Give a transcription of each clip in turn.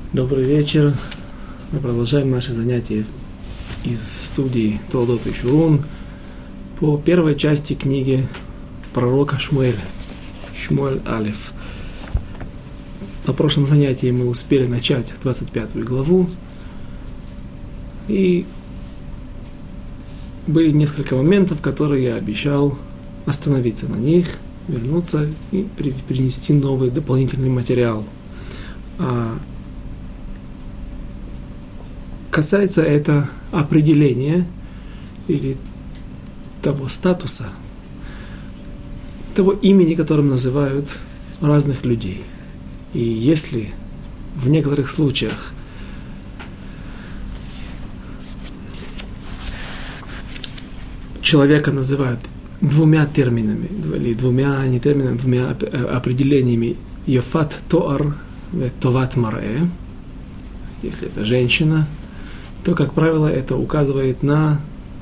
Добрый вечер. Мы продолжаем наши занятия из студии Толдот и Шурун по первой части книги пророка Шмуэля, Шмуэль Алеф. На прошлом занятии мы успели начать 25 главу, и были несколько моментов, которые я обещал остановиться на них, вернуться и принести новый дополнительный материал. Касается это определения или того статуса, того имени, которым называют разных людей. И если в некоторых случаях человека называют двумя терминами, или двумя определениями «Йофат Тоар» и «Товат Маре», если это женщина, то, как правило, это указывает на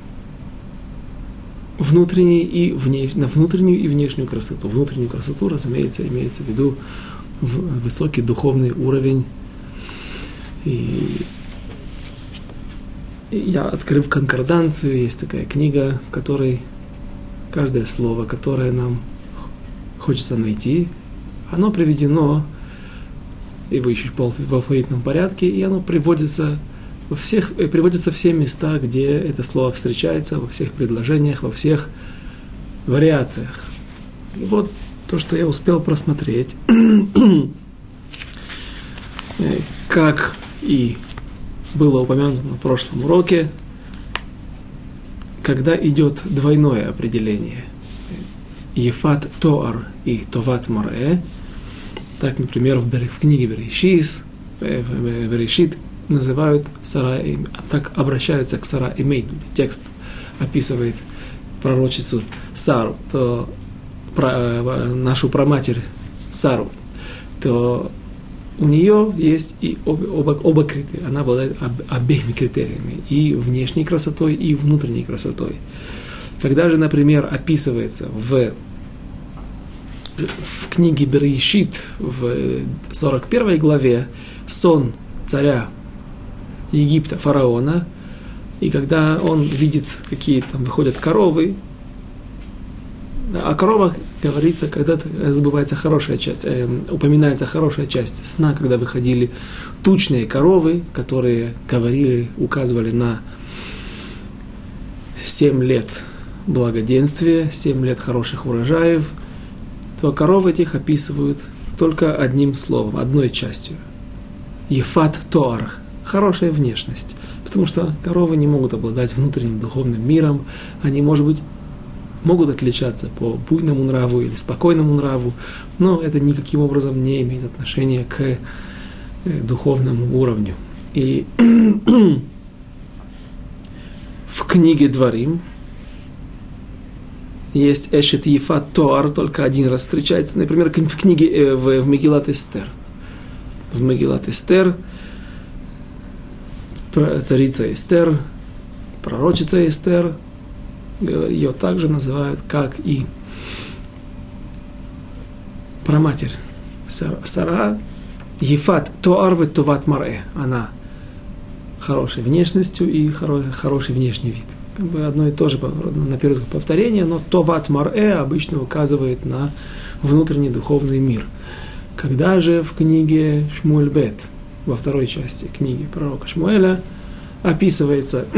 внутреннюю и внешнюю красоту. Внутреннюю красоту, разумеется, имеется в виду высокий духовный уровень. И я, открыв конкорданцию, есть такая книга, в которой каждое слово, которое нам хочется найти, оно приведено и в алфавитном порядке, и оно приводится все места, где это слово встречается, во всех предложениях, во всех вариациях. И вот то, что я успел просмотреть, как и было упомянуто на прошлом уроке, когда идет двойное определение «Ефат Тоар» и «Товат Маре», так, например, в книге Берешит называют Сара, а так обращаются к Сара Эмейну. Текст описывает пророчицу Сару, то нашу праматерь Сару, то у нее есть и оба критерия. Она обладает обеими критериями, и внешней красотой, и внутренней красотой. Когда же, например, описывается в книге Берешит в 41 главе сон царя Египта, фараона, и когда он видит, какие там выходят коровы, о коровах говорится, когда-то забывается хорошая часть, упоминается хорошая часть сна, когда выходили тучные коровы, которые говорили, указывали на 7 лет благоденствия, 7 лет хороших урожаев, то коровы этих описывают только одним словом, одной частью. Ефат Тоар. Хорошая внешность. Потому что коровы не могут обладать внутренним духовным миром. Они, может быть, могут отличаться по буйному нраву или спокойному нраву, но это никаким образом не имеет отношения к духовному уровню. И в книге Дворим есть Эшет Ефат Тоар, только один раз встречается, например, в книге в Мегилат Эстер. В Мегилат Эстер царица Эстер, пророчица Эстер, ее также называют, как и праматерь Сара, Ефат Тоар ве Товат Маре. Она хорошей внешностью и хороший внешний вид. Как бы одно и то же, на первый взгляд, повторение, но Товат Маре обычно указывает на внутренний духовный мир. Когда же в книге Шмуэль Бет, во второй части книги пророка Шмуэля, описывается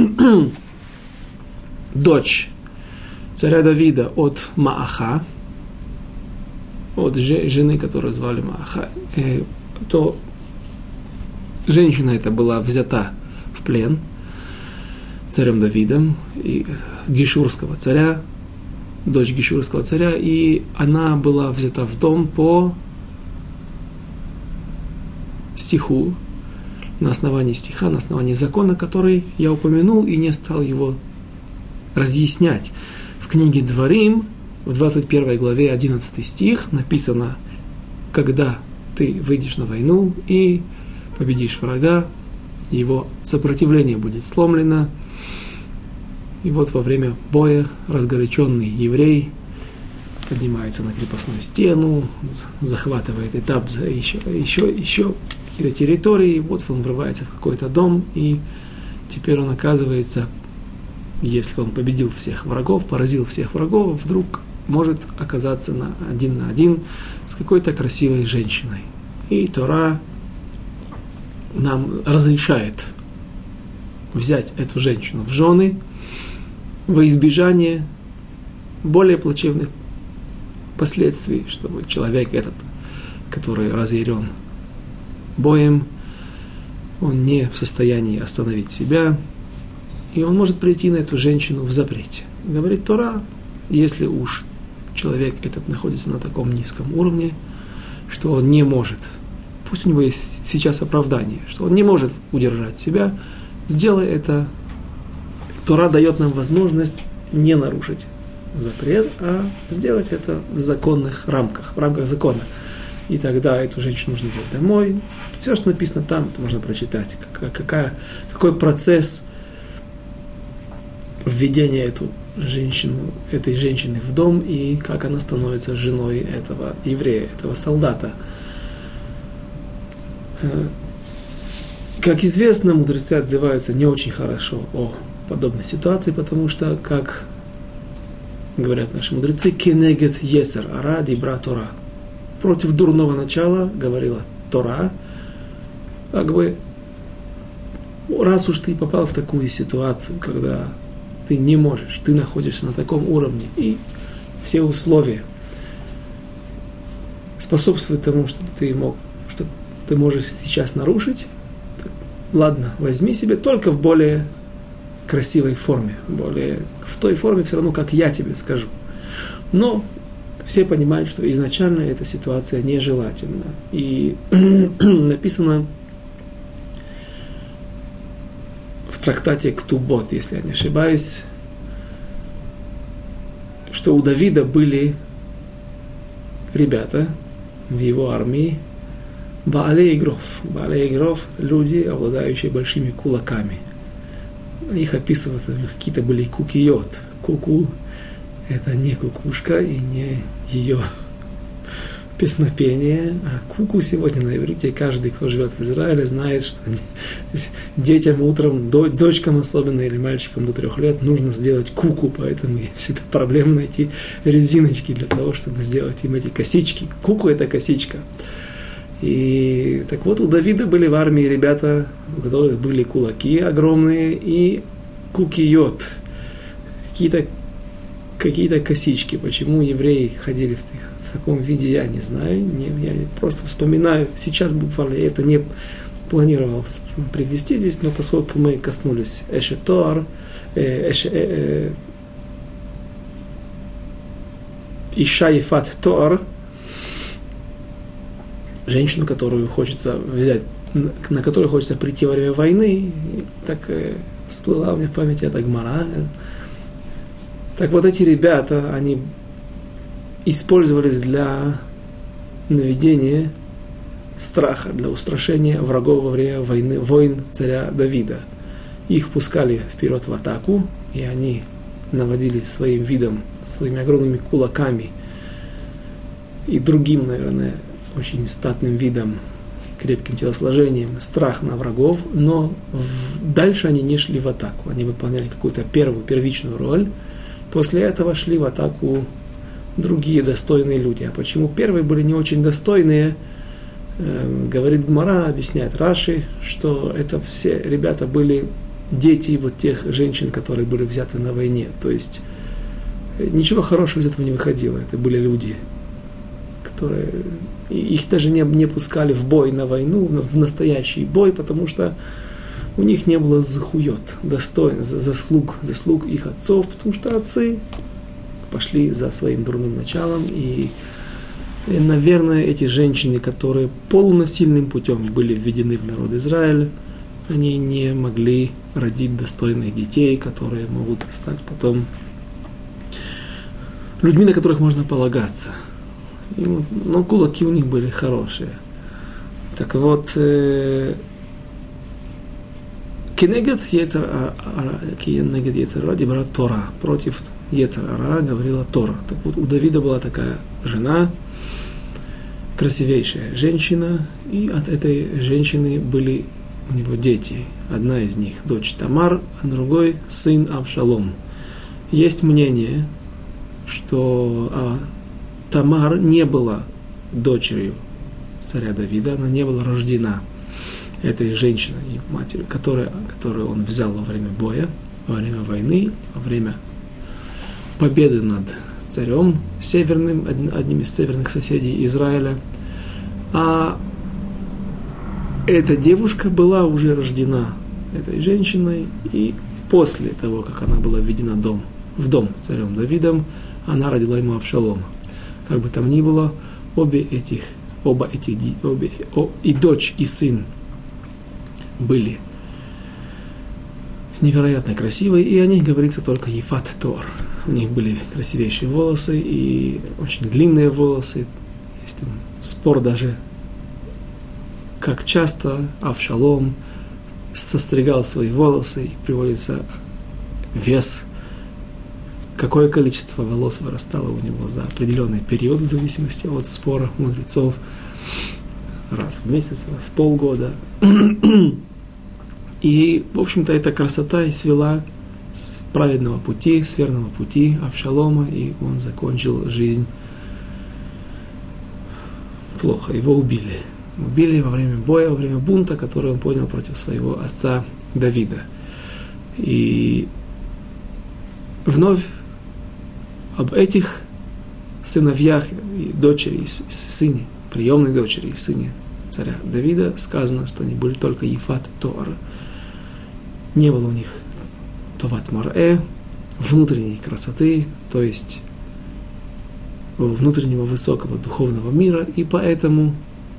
дочь царя Давида от Мааха, от жены, которую звали Мааха, то женщина эта была взята в плен царем Давидом, и гешурского царя, дочь гешурского царя, и она была взята в дом по стиху, на основании стиха, на основании закона, который я упомянул и не стал его разъяснять. В книге Дворим, в 21 главе 11 стих, написано: когда ты выйдешь на войну и победишь врага, его сопротивление будет сломлено. И вот во время боя разгоряченный еврей поднимается на крепостную стену, захватывает этап еще какие-то территории, вот он врывается в какой-то дом, и теперь он оказывается, если он победил всех врагов, поразил всех врагов, вдруг может оказаться на один с какой-то красивой женщиной. И Тора нам разрешает взять эту женщину в жены во избежание более плачевных последствий, чтобы человек этот, который разъярен боем, он не в состоянии остановить себя, и он может прийти на эту женщину в запрете. Говорит Тора, если уж человек этот находится на таком низком уровне, что он не может, пусть у него есть сейчас оправдание, что он не может удержать себя, сделай это. Тора дает нам возможность не нарушить запрет, а сделать это в законных рамках, в рамках закона. И тогда эту женщину нужно взять домой. Все, что написано там, это можно прочитать. Какой процесс введения этой женщины в дом, и как она становится женой этого еврея, этого солдата. Как известно, мудрецы отзываются не очень хорошо о подобной ситуации, потому что, как говорят наши мудрецы, «Кенегет есер ара дибра Тора». Против дурного начала говорила Тора, как бы, раз уж ты попал в такую ситуацию, когда ты не можешь, ты находишься на таком уровне, и все условия способствуют тому, что ты можешь сейчас нарушить, ладно, возьми себе только в более красивой форме, в той форме все равно, как я тебе скажу. Но все понимают, что изначально эта ситуация нежелательна. И написано в трактате Ктубот, если я не ошибаюсь, что у Давида были ребята в его армии, Баалей Игров. Баалей Игров – люди, обладающие большими кулаками. Их описывают, какие-то были кукиот. Куку – это не кукушка и не ее песнопение, а куку сегодня на иврите. Каждый, кто живет в Израиле, знает, что детям утром, дочкам особенно или мальчикам до 3 лет, нужно сделать куку, поэтому всегда проблема найти резиночки для того, чтобы сделать им эти косички. Куку – это косичка. И так вот, у Давида были в армии ребята, у которых были кулаки огромные и кукиот, какие-то косички. Почему евреи ходили в таком виде, я не знаю. Я просто вспоминаю, сейчас буквально я это не планировал привести здесь, но поскольку мы коснулись Эшетоар, Иша Ефат Тоар, женщину, которую хочется взять, на которую хочется прийти во время войны, так всплыла у меня в памяти эта Гмара. Так вот, эти ребята, они использовались для наведения страха, для устрашения врагов во время войн царя Давида. Их пускали вперед в атаку, и они наводили своим видом, своими огромными кулаками и другим, наверное, очень статным видом, крепким телосложением, страх на врагов, но дальше они не шли в атаку. Они выполняли какую-то первичную роль. После этого шли в атаку другие достойные люди. А почему первые были не очень достойные, говорит Гмара, объясняет Раши, что это все ребята были дети вот тех женщин, которые были взяты на войне. То есть ничего хорошего из этого не выходило. Это были люди, которые... Их даже не пускали в бой на войну, в настоящий бой, потому что у них не было захует, заслуг их отцов, потому что отцы пошли за своим дурным началом. И, наверное, эти женщины, которые полунасильным путем были введены в народ Израиль, они не могли родить достойных детей, которые могут стать потом людьми, на которых можно полагаться. Но кулаки у них были хорошие. Так вот, Кенегет Ецер Ара дибра Тора. Против Ецер Ара говорила Тора. Так вот, у Давида была такая жена, красивейшая женщина, и от этой женщины были у него дети. Одна из них дочь Тамар, а другой сын Авшалом. Есть мнение, что Тамар не была дочерью царя Давида, она не была рождена этой женщиной и матерью, которую он взял во время боя, во время войны, во время победы над царем северным, одним из северных соседей Израиля. А эта девушка была уже рождена этой женщиной, и после того, как она была введена в дом царем Давидом, она родила ему Авшалома. Как бы там ни было, и дочь, и сын были невероятно красивые, и о них говорится только Ефат Тоар. У них были красивейшие волосы и очень длинные волосы. Есть там спор даже, как часто Авшалом состригал свои волосы, и приводится вес, какое количество волос вырастало у него за определенный период, в зависимости от спора мудрецов, раз в месяц, раз в полгода. И, в общем-то, эта красота и свела с праведного пути, с верного пути Авшалома, и он закончил жизнь плохо. Его убили. Убили во время боя, во время бунта, который он поднял против своего отца Давида. И вновь об этих сыновьях и дочери, и сыне, приемной дочери и сыне царя Давида сказано, что они были только Ефат Тоар. Не было у них Товат Марэ, внутренней красоты, то есть внутреннего высокого духовного мира, и поэтому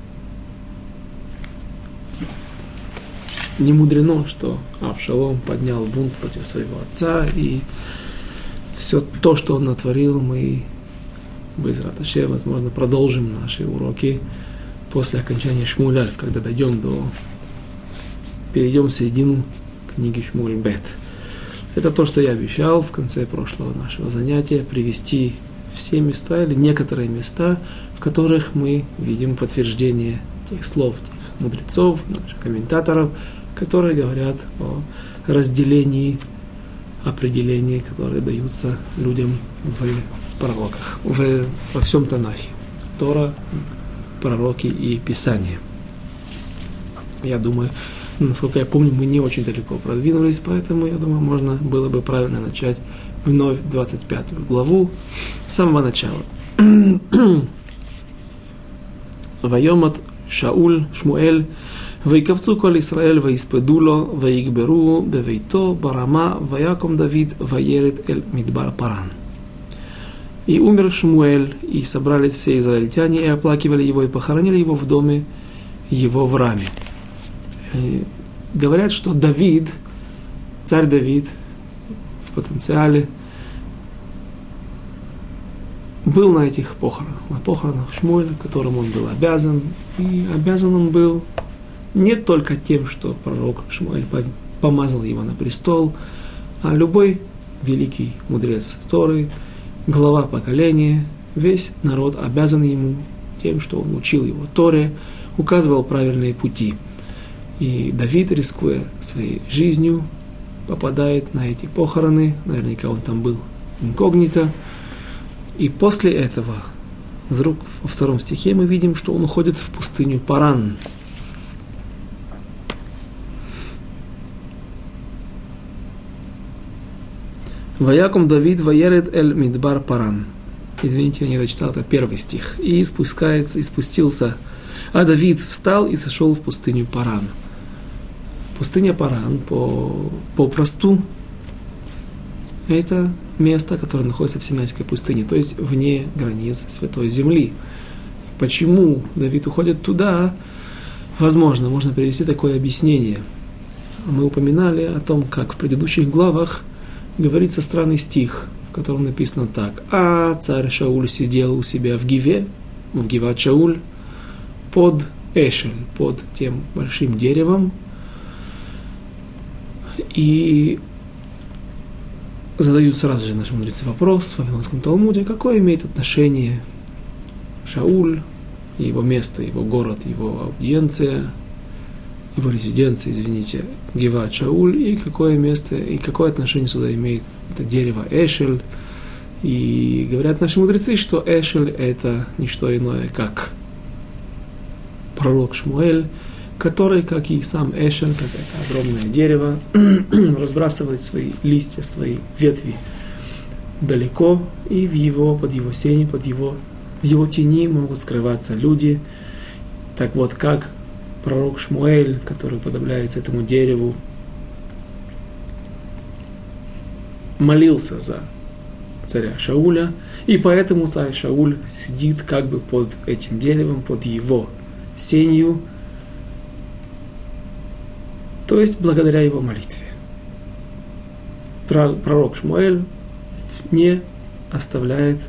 не мудрено, что Авшалом поднял бунт против своего отца, и все то, что он натворил, мы, Бе'эзрат Ашем, возможно, продолжим наши уроки после окончания Шмуэля, когда перейдем в середину книги Шмуэль Бет. Это то, что я обещал в конце прошлого нашего занятия, привести все места или некоторые места, в которых мы видим подтверждение тех слов, тех мудрецов, наших комментаторов, которые говорят о разделении, определении, которые даются людям в пророках, во всем Танахе. Тора, пророки и Писание. Я думаю, насколько я помню, мы не очень далеко продвинулись, поэтому, я думаю, можно было бы правильно начать вновь 25 главу с самого начала. Вайомат Шмуэль ויקבצו כל ישראל ויספדו לו ויגברו בביתו ברמה ויקום דוד וירד אל מדבר פרן. И умер Шмуэль, и собрались все израильтяне, и оплакивали его, и похоронили его в доме его в Раме. Говорят, что Давид, царь Давид, в потенциале, был на этих похоронах, на похоронах Шмуэля, которым он был обязан. И обязан он был не только тем, что пророк Шмуэль помазал его на престол, а любой великий мудрец Торы, глава поколения, весь народ обязан ему тем, что он учил его Торе, указывал правильные пути. И Давид, рискуя своей жизнью, попадает на эти похороны, наверняка он там был инкогнито, и после этого, вдруг во 2 стихе мы видим, что он уходит в пустыню Паран. Ваяком Давид ваерет эль мидбар Паран. Извините, я не дочитал, это 1 стих. И спустился, а Давид встал и сошел в пустыню Паран. Пустыня Паран попросту это место, которое находится в Синайской пустыне, то есть вне границ Святой Земли. Почему Давид уходит туда? Возможно, можно привести такое объяснение. Мы упоминали о том, как в предыдущих главах говорится странный стих, в котором написано так: «А царь Шауль сидел у себя в Гиве, в Гиват Шауль, под Эшель, под тем большим деревом». И задают сразу же наши мудрецы вопрос в Вавилонском Талмуде, какое имеет отношение Шауль его место, его город, его аудиенция, его резиденция, Гиват Шауль, и какое место, и какое отношение сюда имеет это дерево Эшель. И говорят наши мудрецы, что Эшель это не что иное, как пророк Шмуэль, который, как и сам Эшель, как это огромное дерево, разбрасывает свои листья, свои ветви далеко, и под его сенью, в его тени могут скрываться люди. Так вот, как пророк Шмуэль, который уподобляется этому дереву, молился за царя Шауля, и поэтому царь Шауль сидит как бы под этим деревом, под его сенью, то есть благодаря его молитве. Пророк Шмуэль не оставляет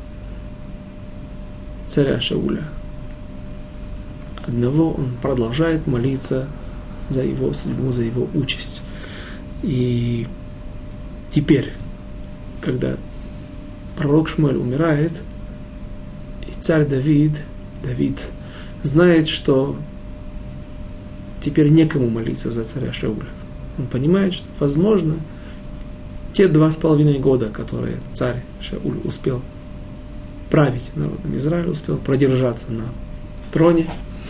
царя Шауля одного, он продолжает молиться за его судьбу, за его участь. И теперь, когда пророк Шмуэль умирает, и царь Давид знает, что теперь некому молиться за царя Шауля. Он понимает, что, возможно, те 2,5 года, которые царь Шауль успел править народом Израиля, успел продержаться на троне,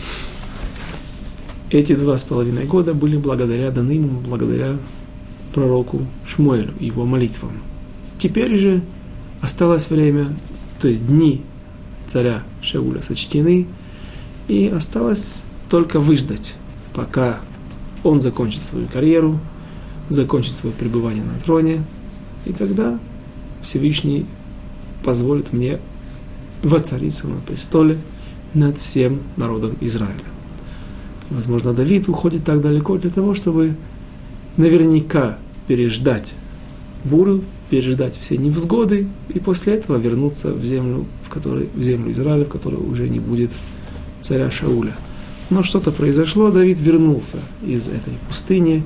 эти 2,5 года были даны ему благодаря пророку Шмуэлю, его молитвам. Теперь же осталось время, то есть дни царя Шауля сочтены, и осталось только выждать, пока он закончит свою карьеру, закончит свое пребывание на троне, и тогда Всевышний позволит мне воцариться на престоле над всем народом Израиля. Возможно, Давид уходит так далеко для того, чтобы наверняка переждать бурю, переждать все невзгоды, и после этого вернуться в землю Израиля, в которой уже не будет царя Шауля. Но что-то произошло, Давид вернулся из этой пустыни.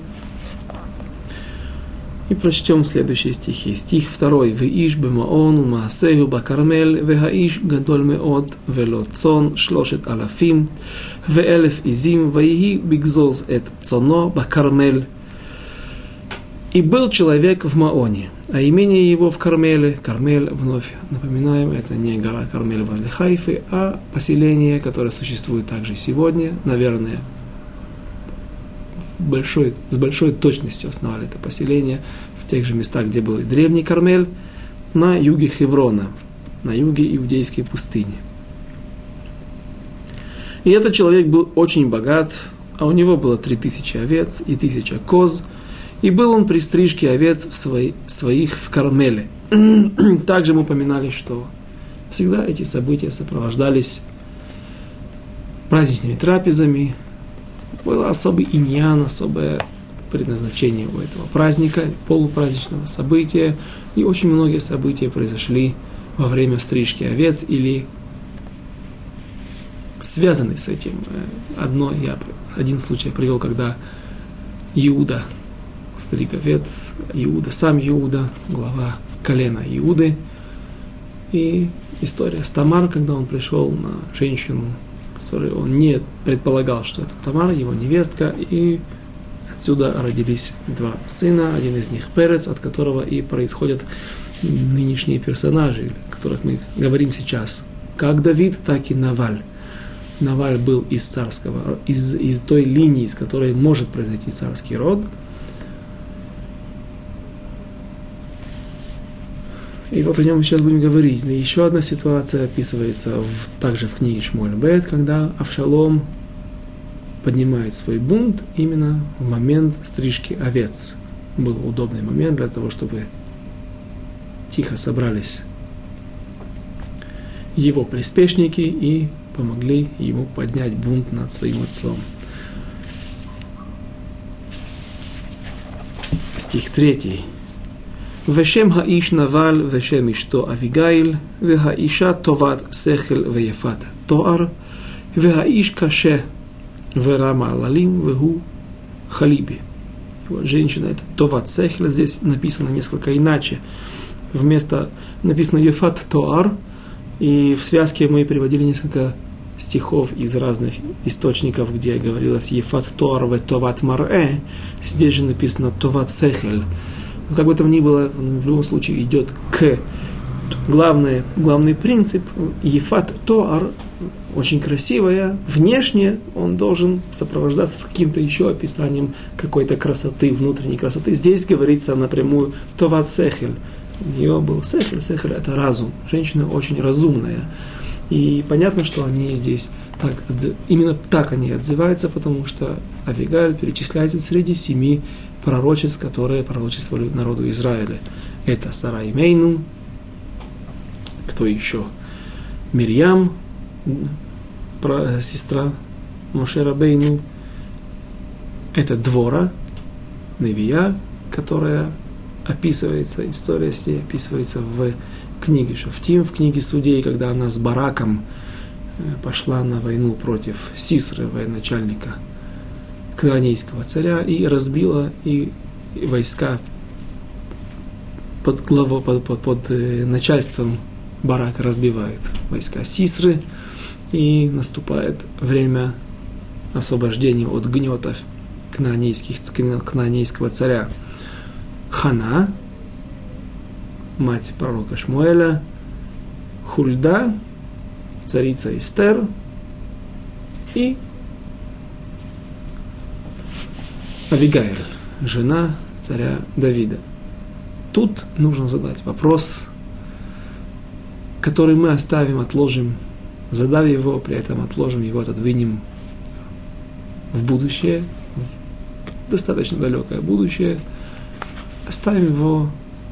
И прочтем следующие стихи. Стих 2. «Веиш бемаон умаасеhu бакармель, вегаиш гадоль меод, вело цон 3,000, веэлеф изим, ваиги бигзоз эт цоно бакармель». И был человек в Маоне, а имение его в Кармеле. Кармель, вновь напоминаем, это не гора Кармель возле Хайфы, а поселение, которое существует также сегодня. Наверное, с большой точностью основали это поселение в тех же местах, где был и древний Кармель, на юге Хеврона, на юге Иудейской пустыни. И этот человек был очень богат, а у него было 3000 овец и 1000 коз, и был он при стрижке овец своих в Кармеле. Также мы упоминали, что всегда эти события сопровождались праздничными трапезами. Было особый иньян, особое предназначение у этого праздника, полупраздничного события. И очень многие события произошли во время стрижки овец или связаны с этим. Один случай я привел, когда Иуда стриг овец, сам Иуда, глава колена Иуды. И история с Тамар, когда он пришел на женщину, которую он не предполагал, что это Тамар, его невестка, и отсюда родились 2 сына, один из них Перец, от которого и происходят нынешние персонажи, о которых мы говорим сейчас, как Давид, так и Наваль. Наваль был из той линии, из которой может произойти царский род. И вот о нем сейчас будем говорить. Еще одна ситуация описывается также в книге Шмуэль Бет, когда Авшалом поднимает свой бунт именно в момент стрижки овец. Был удобный момент для того, чтобы тихо собрались его приспешники и помогли ему поднять бунт над своим отцом. Стих 3. ושם האיש נבל ושם אשתו אביגיל, והאישה טובת שכל ויפת תואר, והאיש קשה ורע מעללים, והוא חליבי. Женщина это товат сехл, здесь написано несколько иначе. Вместо написано ефат тоар, и в связке мы приводили несколько стихов из разных источников, где говорилось «Ефат тоар ве товат марэ», здесь же написано «товат сехель». Но как бы там ни было, в любом случае идет к главный принцип «Ефат тоар», очень красивая, внешне он должен сопровождаться с каким-то еще описанием какой-то красоты, внутренней красоты. Здесь говорится напрямую «товат сехель». У нее был сехель, сехель – это разум. Женщина очень разумная. И понятно, что они здесь именно так они отзываются, потому что Авигаиль перечисляется среди 7 пророчеств, которые пророчествовали народу Израиля. Это Сара Имейну, кто еще? Мирьям, сестра Моше Рабейну. Это Двора, Невия, которая описывается, история с ней описывается в книге Шофтим, в книге Судей, когда она с Бараком пошла на войну против Сисры, военачальника кнаанейского царя, и разбила и войска под начальством Барака разбивают войска Сисры, и наступает время освобождения от гнета кнаанейского царя. Хана, мать пророка Шмуэля, Хульда, царица Эстер и Авигаиль, жена царя Давида. Тут нужно задать вопрос, который мы отложим, задав его, при этом отложим его, отодвинем в будущее, в достаточно далекое будущее, оставим его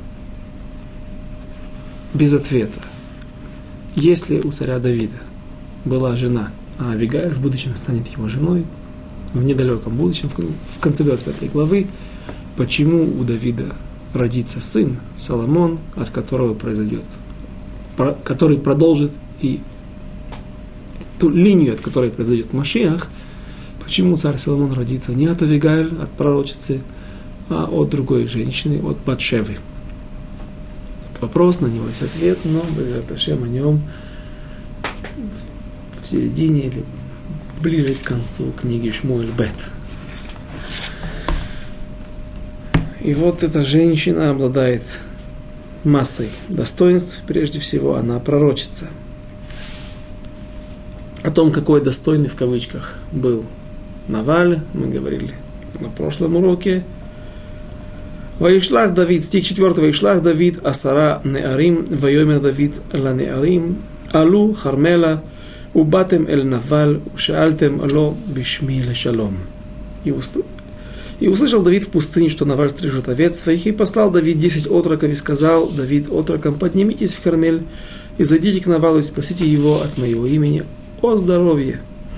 без ответа. Если у царя Давида была жена, а Авигаиль в будущем станет его женой, в недалеком будущем, в конце 25 главы, почему у Давида родится сын Соломон, от которого который продолжит и ту линию, от которой произойдет Машиах, почему царь Соломон родится не от Авигаиль, от пророчицы, а от другой женщины, от Батшевы. Вопрос, на него есть ответ, но Бе'эзрат Ашем о нем в середине или ближе к концу книги Шмуэль Бет. И вот эта женщина обладает массой достоинств, прежде всего она пророчица. О том, какой достойный в кавычках был Наваль, мы говорили на прошлом уроке. Ваишлах Давид, стих 4, Ваишлах Давид, Асара Неарим, Вайомер Давид ла Неарим, Алу Хармела, Убатем эль Наваль, Ушаальтем ало бишми лешалом. И услышал Давид в пустыне, что Наваль стрижет овец своих, и послал Давид 10 отроков, и сказал Давид отрокам: поднимитесь в Кармель, и зайдите к Навалу, и спросите его от моего имени о здоровье.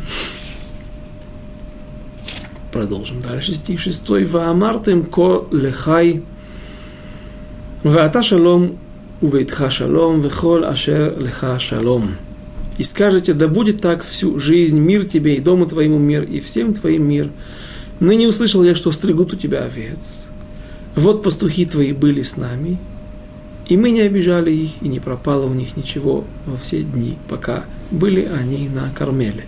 Продолжим дальше, стих 6. «Ваамартем ко лехай, ваата шалом, увейтха шалом, вехол ашер леха шалом». И скажете: да будет так всю жизнь, мир тебе, и дому твоему мир, и всем твоим мир. Ныне услышал я, что стригут у тебя овец. Вот пастухи твои были с нами, и мы не обижали их, и не пропало у них ничего во все дни, пока были они на Кармеле.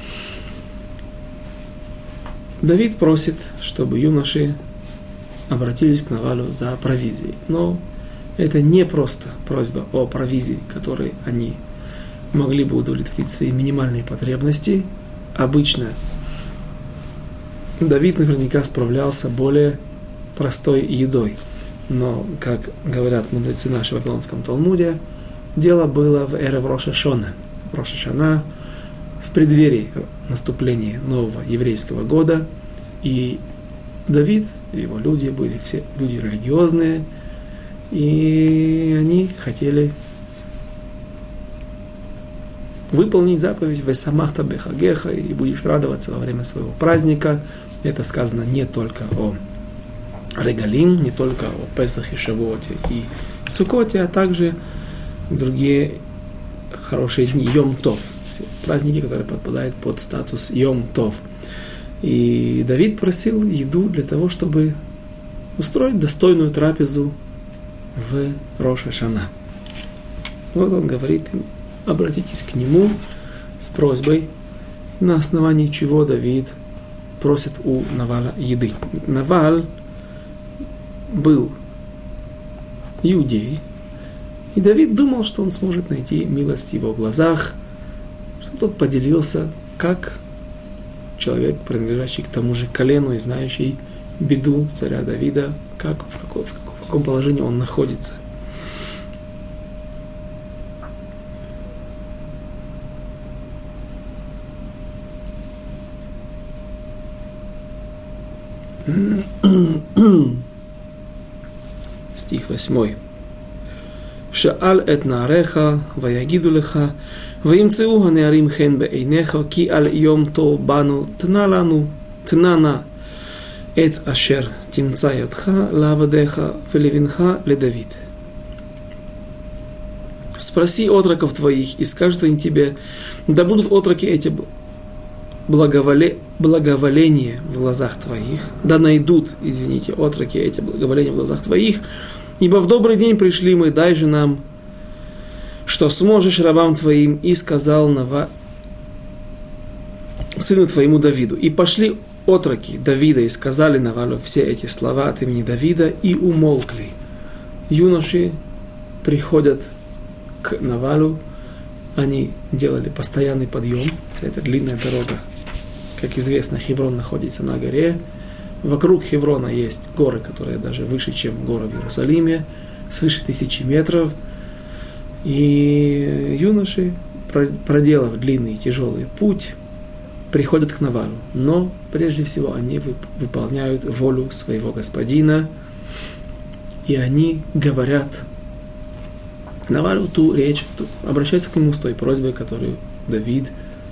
Давид просит, чтобы юноши обратились к Навалю за провизией. Но это не просто просьба о провизии, которой они могли бы удовлетворить свои минимальные потребности. Обычно Давид наверняка справлялся более простой едой. Но, как говорят мудрецы нашего в Вавилонском Талмуде, дело было в эрев Рош ха-Шана. Рош ха-Шана в преддверии наступления нового еврейского года. И Давид и его люди были все люди религиозные, и они хотели выполнить заповедь «Весамахта бехагеха», и будешь радоваться во время своего праздника. Это сказано не только о Регалим, не только о Песахе, Шавуоте и Суккоте, а также другие хорошие дни, Йом Тов, все праздники, которые подпадают под статус Йом Тов. И Давид просил еду для того, чтобы устроить достойную трапезу в Рош ха-Шана. Вот он говорит им: обратитесь к нему с просьбой, на основании чего Давид просит у Наваля еды. Наваль был иудей, и Давид думал, что он сможет найти милость в его глазах, чтобы тот поделился, как человек, принадлежащий к тому же колену и знающий беду царя Давида, в каком положении он находится. Стих 8. שאל את נעריך ויגידו לך וימצאו הנערים חן בעיניך כי על יום טוב באנו תנה נא את אשר תמצא ידך לעבדיך ולבנך לדוד. Спроси отроков твоих, и скажут они тебе, да будут отроки эти благоволение в глазах твоих, да найдут, отроки эти благоволения в глазах твоих, ибо в добрый день пришли мы, дай же нам, что сможешь рабам твоим, и сказал сыну твоему Давиду. И пошли отроки Давида и сказали Навалю все эти слова от имени Давида и умолкли. Юноши приходят к Навалю, они делали постоянный подъем, вся эта длинная дорога. Как известно, Хеврон находится на горе. Вокруг Хеврона есть горы, которые даже выше, чем горы в Иерусалиме, свыше 1000 метров. И юноши, проделав длинный тяжелый путь, приходят к Навалю. Но прежде всего они выполняют волю своего господина, и они говорят Навалю ту речь, обращаются к нему с той просьбой, которую Давид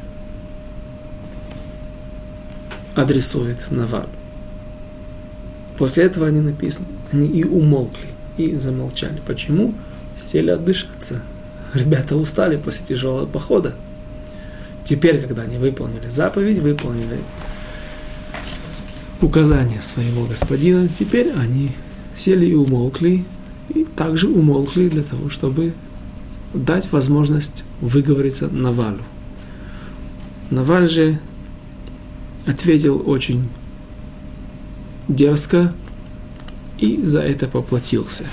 адресует Навалю. После этого они и умолкли, и замолчали. Почему? Сели отдышаться. Ребята устали после тяжелого похода. Теперь, когда они выполнили заповедь, выполнили указания своего господина, теперь они сели и умолкли, и также умолкли для того, чтобы дать возможность выговориться Навалю. Наваль же ответил очень дерзко и за это поплатился.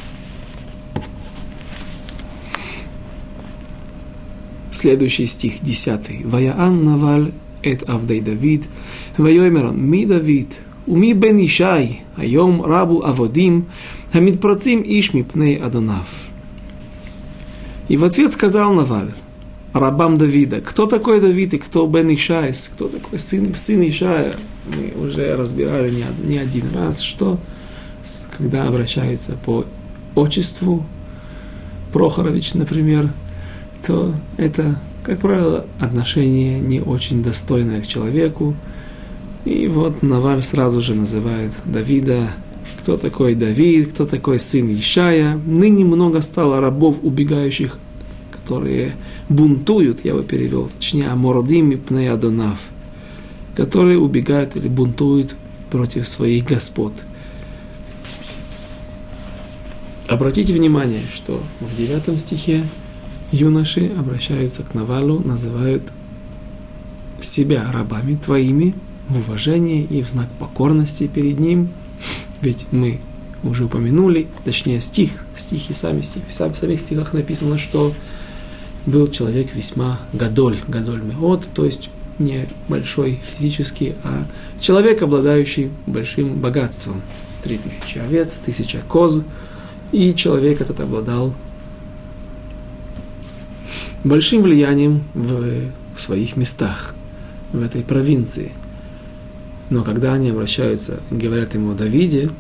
Следующий стих 10. «Ваяан Наваль эт авдей Давид, вайомер ми Давид, уми бен Ишай, айом рабу аводим, хамидпроцим иш мипней адонав». И в ответ сказал Наваль рабам Давида: кто такой Давид и кто бен Ишай, кто такой сын Ишая? Мы уже разбирали не один раз, что когда обращаются по отчеству, Прохорович, например, то это, как правило, отношение не очень достойное к человеку. И вот Наваль сразу же называет Давида: кто такой Давид, кто такой сын Ишая. Ныне много стало рабов, убегающих, которые бунтуют, я бы перевел, точнее, амордим мипней адонав, которые убегают или бунтуют против своих господ. Обратите внимание, что в 9 стихе юноши обращаются к Навалю, называют себя рабами твоими в уважении и в знак покорности перед ним. Ведь мы уже упомянули, точнее в самих стихах написано, что был человек весьма гадоль меот, то есть не большой физически, а человек, обладающий большим богатством. 3000 овец, 1000 коз, и человек этот обладал большим влиянием в своих местах, в этой провинции. Но когда они обращаются, говорят ему о Давиде,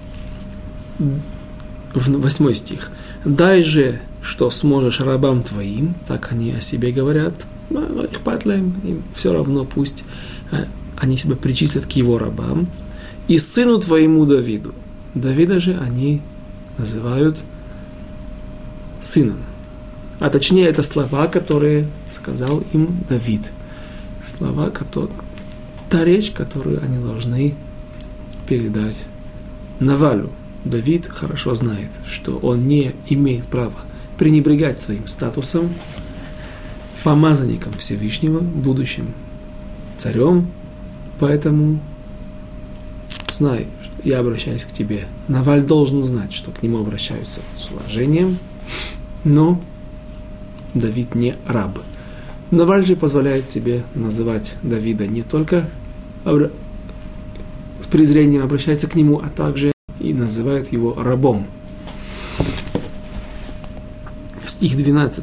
в 8 стих, «Дай же, что сможешь рабам твоим», так они о себе говорят, им все равно, пусть они себя причислят к его рабам, «и сыну твоему Давиду». Давида же они называют сыном. А точнее, это слова, которые сказал им Давид. Слова, та речь, которую они должны передать Навалю. Давид хорошо знает, что он не имеет права пренебрегать своим статусом помазанником Всевышнего, будущим царем, поэтому знай, что я обращаюсь к тебе. Наваль должен знать, что к нему обращаются с уважением, но Давид не раб. Наваль же позволяет себе называть Давида не только с презрением обращается к нему, а также и называет его рабом. Стих 12.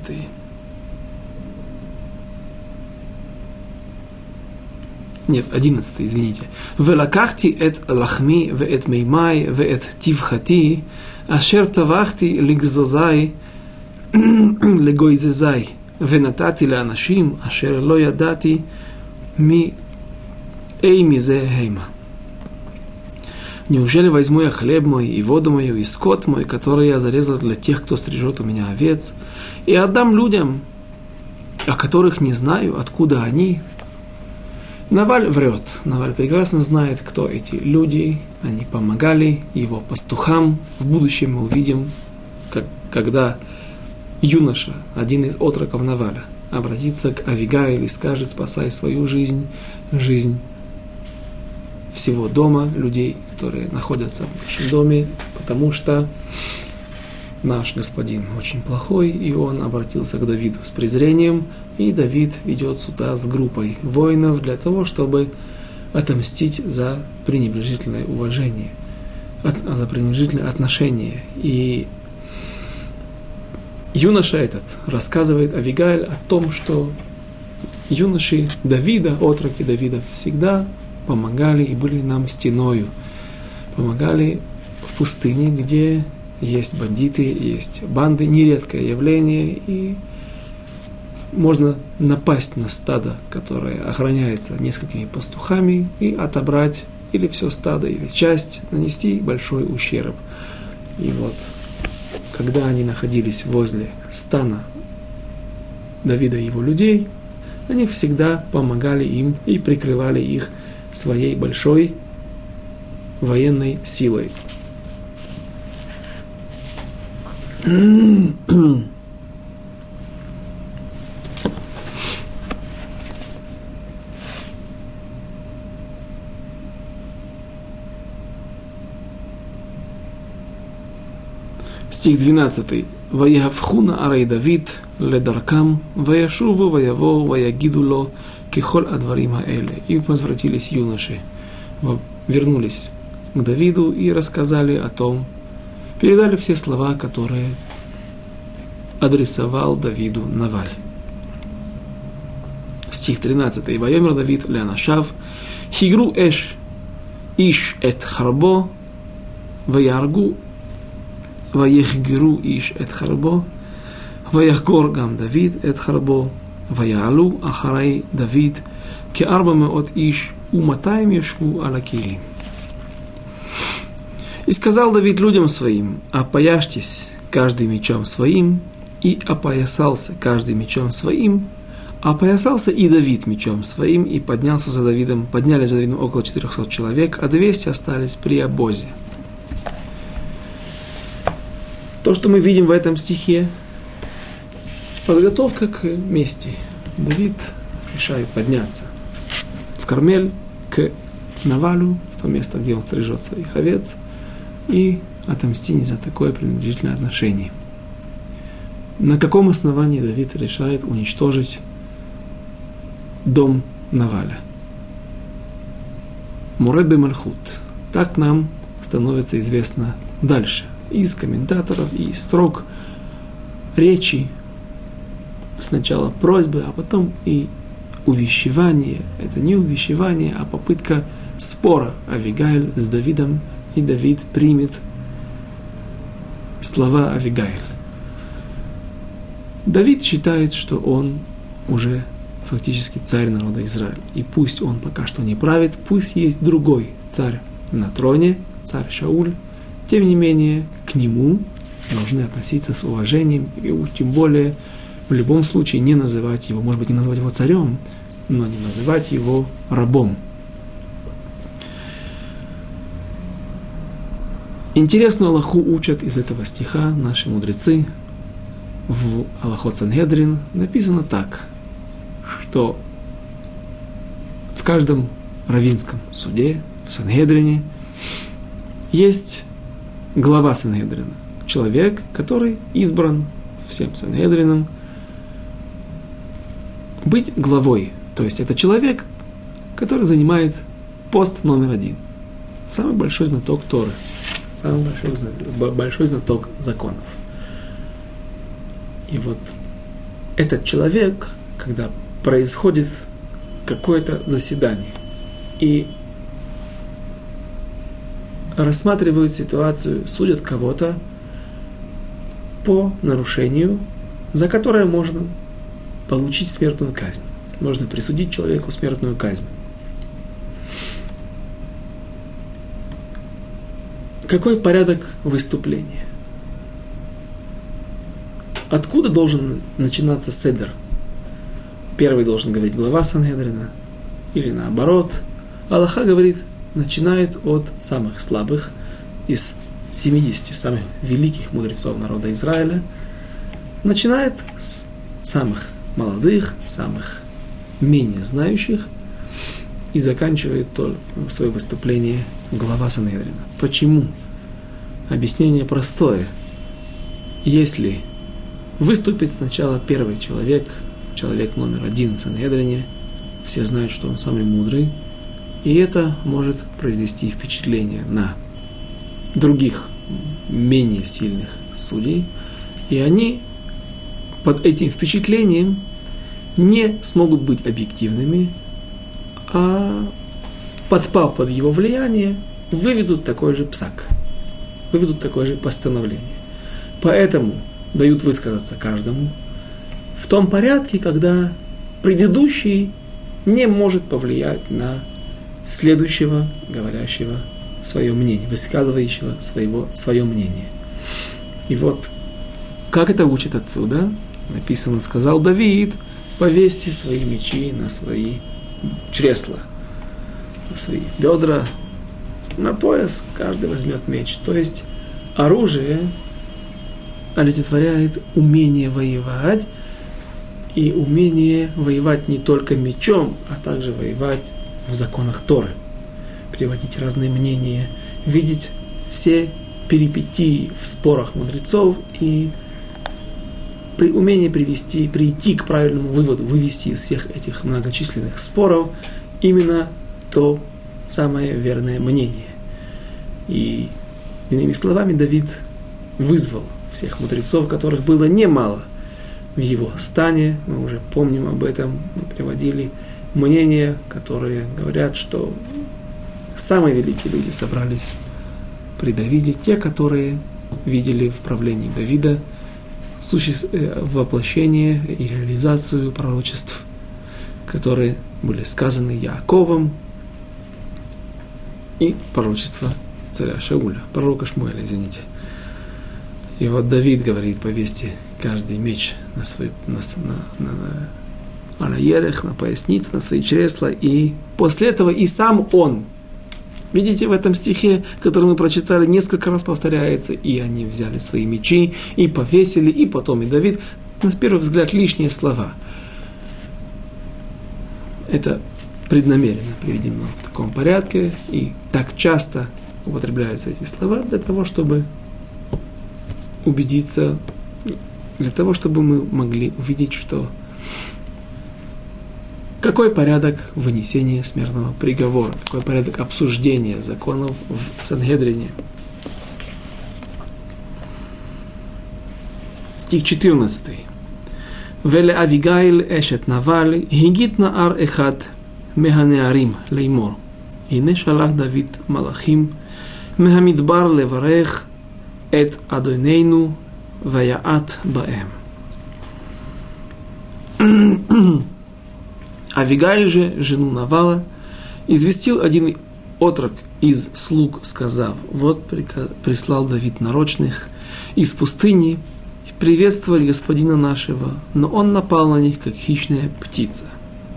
Нет, 11, извините. «Велакахти эт лахми, веэт меймай, веэт тивхати, ашер тавахти лигзозай, легойзезай, венатати леанашим, ашер ло ядати, ми эй мизе хейма». «Неужели возьму я хлеб мой, и воду мою, и скот мой, который я зарезал для тех, кто стрижет у меня овец, и отдам людям, о которых не знаю, откуда они?» Наваль врет. Наваль прекрасно знает, кто эти люди. Они помогали его пастухам. В будущем мы увидим, когда юноша, один из отроков Наваля, обратится к Авигаиль и скажет: спасай свою жизнь, жизнь всего дома, людей, которые находятся в нашем доме, потому что наш господин очень плохой, и он обратился к Давиду с презрением, и Давид идет сюда с группой воинов для того, чтобы отомстить за пренебрежительное уважение, за пренебрежительное отношение. И юноша этот рассказывает Авигаиль о том, что юноши Давида, отроки Давида, всегда помогали и были нам стеною. Помогали в пустыне, где есть бандиты, есть банды, нередкое явление, и можно напасть на стадо, которое охраняется несколькими пастухами, и отобрать или все стадо, или часть, нанести большой ущерб. И вот, когда они находились возле стана Давида и его людей, они всегда помогали им и прикрывали их своей большой военной силой. Стих 12. «Ваявхуна арей Давид ледаркам, ваяшуву ваяво ваягидуло кихоль адварим хаэле». И возвратились юноши, вернулись к Давиду и рассказали о том, передали все слова, которые адресовал Давиду Наваль. Стих 13. «Ваемер Давид леанашав, хигру эш иш эт харбо, ваяргу, ваехгиру иш эт харбо, ваяхгор гам Давид эт харбо, ваялу ахарай Давид, кеарба меот иш, уматаем ешву аля килим». И сказал Давид людям своим: опояжьтесь каждый мечом своим, и опоясался каждый мечом своим, опоясался и Давид мечом своим, и поднялся за Давидом, подняли за Давидом около 400 человек, а 200 остались при обозе. То, что мы видим в этом стихе, подготовка к мести. Давид решает подняться в Кармель к Навалю, в то место, где он стрижет своих овец, и отомстить за такое пренебрежительное отношение. На каком основании Давид решает уничтожить дом Наваля? Муред бе-Мальхут. Так нам становится известно дальше. Из комментаторов и из строк речи. Сначала просьбы, а потом и увещевание. Это не увещевание, а попытка спора Авигаиль с Давидом, и Давид примет слова Авигаиль. Давид считает, что он уже фактически царь народа Израиля. И пусть он пока что не правит, пусть есть другой царь на троне, царь Шауль, тем не менее к нему должны относиться с уважением, и тем более в любом случае не называть его, может быть, не называть его царем, но не называть его рабом. Интересную алаху учат из этого стиха наши мудрецы. В Алахот Сангедрин написано так: то в каждом раввинском суде, в Сангедрине, есть глава Сангедрина. Человек, который избран всем Сангедрином быть главой. То есть это человек, который занимает пост номер 1. Самый большой знаток Торы. Самый большой знаток законов. И вот этот человек, когда происходит какое-то заседание, и рассматривают ситуацию, судят кого-то по нарушению, за которое можно получить смертную казнь. Можно присудить человеку смертную казнь. Какой порядок выступления? Откуда должен начинаться седер? Первый должен говорить глава Сангедрина, или наоборот. Аллаха говорит, начинает от самых слабых, из 70 самых великих мудрецов народа Израиля, начинает с самых молодых, самых менее знающих, и заканчивает свое выступление глава Сангедрина. Почему? Объяснение простое. Если выступит сначала первый человек, человек номер 1 в Сангедрине, все знают, что он самый мудрый, и это может произвести впечатление на других, менее сильных судей, и они под этим впечатлением не смогут быть объективными, а подпав под его влияние, выведут такой же псак, выведут такое же постановление. Поэтому дают высказаться каждому в том порядке, когда предыдущий не может повлиять на следующего, говорящего свое мнение, высказывающего свое мнение. И вот, как это учит отсюда? Написано, сказал Давид, повесьте свои мечи на свои чресла, на свои бедра, на пояс, каждый возьмет меч. То есть оружие олицетворяет умение воевать, и умение воевать не только мечом, а также воевать в законах Торы, приводить разные мнения, видеть все перипетии в спорах мудрецов и при умении прийти к правильному выводу, вывести из всех этих многочисленных споров именно то самое верное мнение. И, иными словами, Давид вызвал всех мудрецов, которых было немало в его стане. Мы уже помним об этом, мы приводили мнения, которые говорят, что самые великие люди собрались при Давиде, те, которые видели в правлении Давида воплощение и реализацию пророчеств, которые были сказаны Яаковом, и пророчество царя Шауля, пророка Шмуэля, извините. И вот Давид говорит, повесьте каждый меч на ерех, на поясницу, на свои чресла, и после этого и сам он. Видите, в этом стихе, который мы прочитали, несколько раз повторяется, и они взяли свои мечи, и повесили, и потом и Давид. На первый взгляд лишние слова. Это преднамеренно приведено в таком порядке, и так часто употребляются эти слова для того, чтобы убедиться, для того, чтобы мы могли увидеть, что какой порядок вынесения смертного приговора, какой порядок обсуждения законов в Сангедрине. Стих 14. «Веле Авигаил эшет Наваль, хигит наар эхад механеарим леймор. Ине шалах Давид малахим, мехамидбар леварех эт адонейну ваяат баэм». Авигаиль же, жену Навала, известил один отрок из слуг, сказав: «Вот прислал Давид нарочных из пустыни приветствовать господина нашего, но он напал на них, как хищная птица».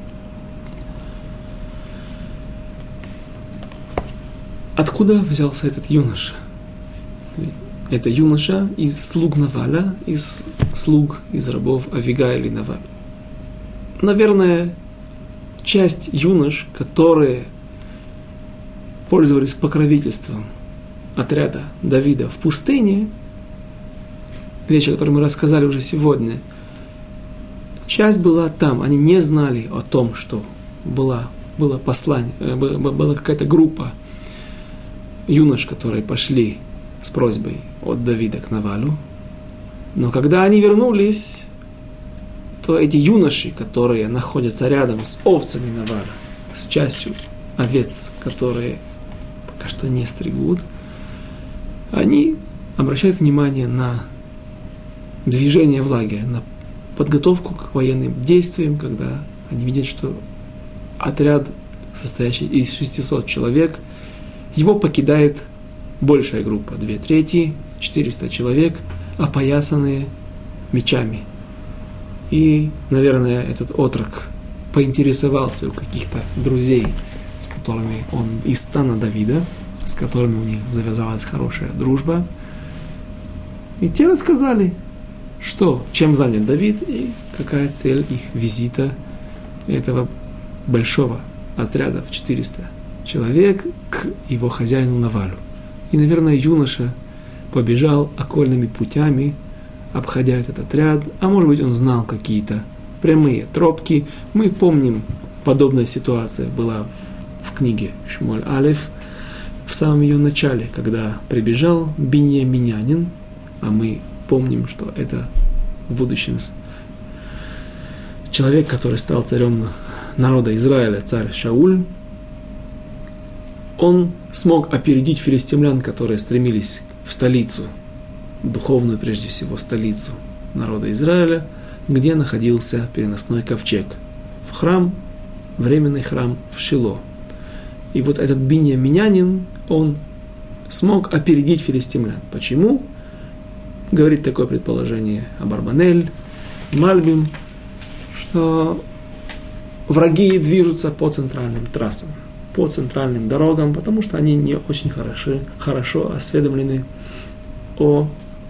Откуда взялся этот юноша? Это юноша из слуг Наваля, из рабов Авигаиля и Наваля. Наверное, часть юнош, которые пользовались покровительством отряда Давида в пустыне, вещь, о которой мы рассказали уже сегодня, часть была там, они не знали о том, что было послание, была какая-то группа юнош, которые пошли с просьбой от Давида к Навалу. Но когда они вернулись, то эти юноши, которые находятся рядом с овцами Наваля, с частью овец, которые пока что не стригут, они обращают внимание на движение в лагере, на подготовку к военным действиям, когда они видят, что отряд, состоящий из 600 человек, его покидает большая группа, 2/3, 400 человек, опоясанные мечами. И, наверное, этот отрок поинтересовался у каких-то друзей, с которыми он из стана Давида, с которыми у них завязалась хорошая дружба. И те рассказали, чем занят Давид и какая цель их визита этого большого отряда в 400 человек к его хозяину Навалю. И, наверное, юноша побежал окольными путями, обходя этот отряд, а может быть, он знал какие-то прямые тропки. Мы помним, подобная ситуация была в книге Шмуэль Алеф, в самом ее начале, когда прибежал биньяминянин, а мы помним, что это в будущем человек, который стал царем народа Израиля, царь Шауль. Он смог опередить филистимлян, которые стремились в столицу, духовную прежде всего столицу народа Израиля, где находился переносной ковчег, в храм, временный храм в Шило. И вот этот биньяминянин, он смог опередить филистимлян. Почему? Говорит такое предположение Абарбанель, Мальбим, что враги движутся по центральным трассам, по центральным дорогам, потому что они не очень хорошо осведомлены о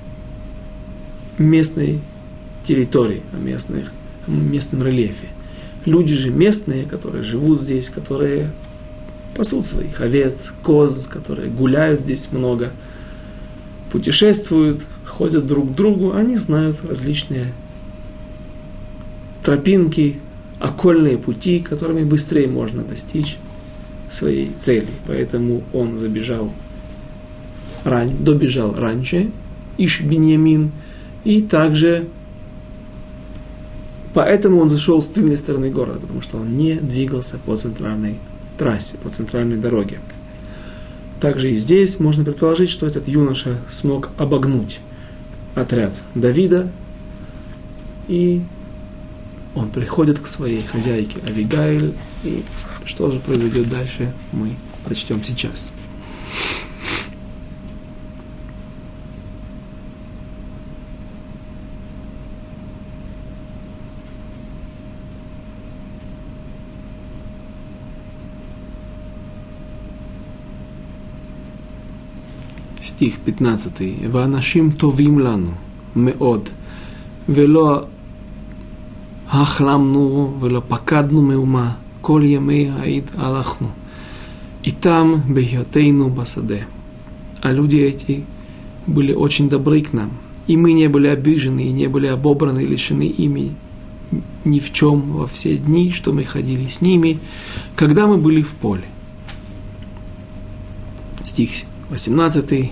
местной территории, о местном рельефе. Люди же местные, которые живут здесь, которые пасут своих овец, коз, которые гуляют здесь много, путешествуют, ходят друг к другу, они знают различные тропинки, окольные пути, которыми быстрее можно достичь своей цели. Поэтому он добежал раньше, Иш-Биньямин, и также поэтому он зашел с тыльной стороны города, потому что он не двигался по центральной трассе, по центральной дороге. Также и здесь можно предположить, что этот юноша смог обогнуть отряд Давида, и он приходит к своей хозяйке Авигайль, и что же произойдет дальше, мы прочтем сейчас. стих 15. «Ванашим товим лану меод, вело ахламну, вело пакадну меума, коль ямей аид алахну, и там бехиотейну басаде». А люди эти были очень добры к нам, и мы не были обижены, и не были обобраны, и лишены ими ни в чем во все дни, что мы ходили с ними, когда мы были в поле. Стих 18.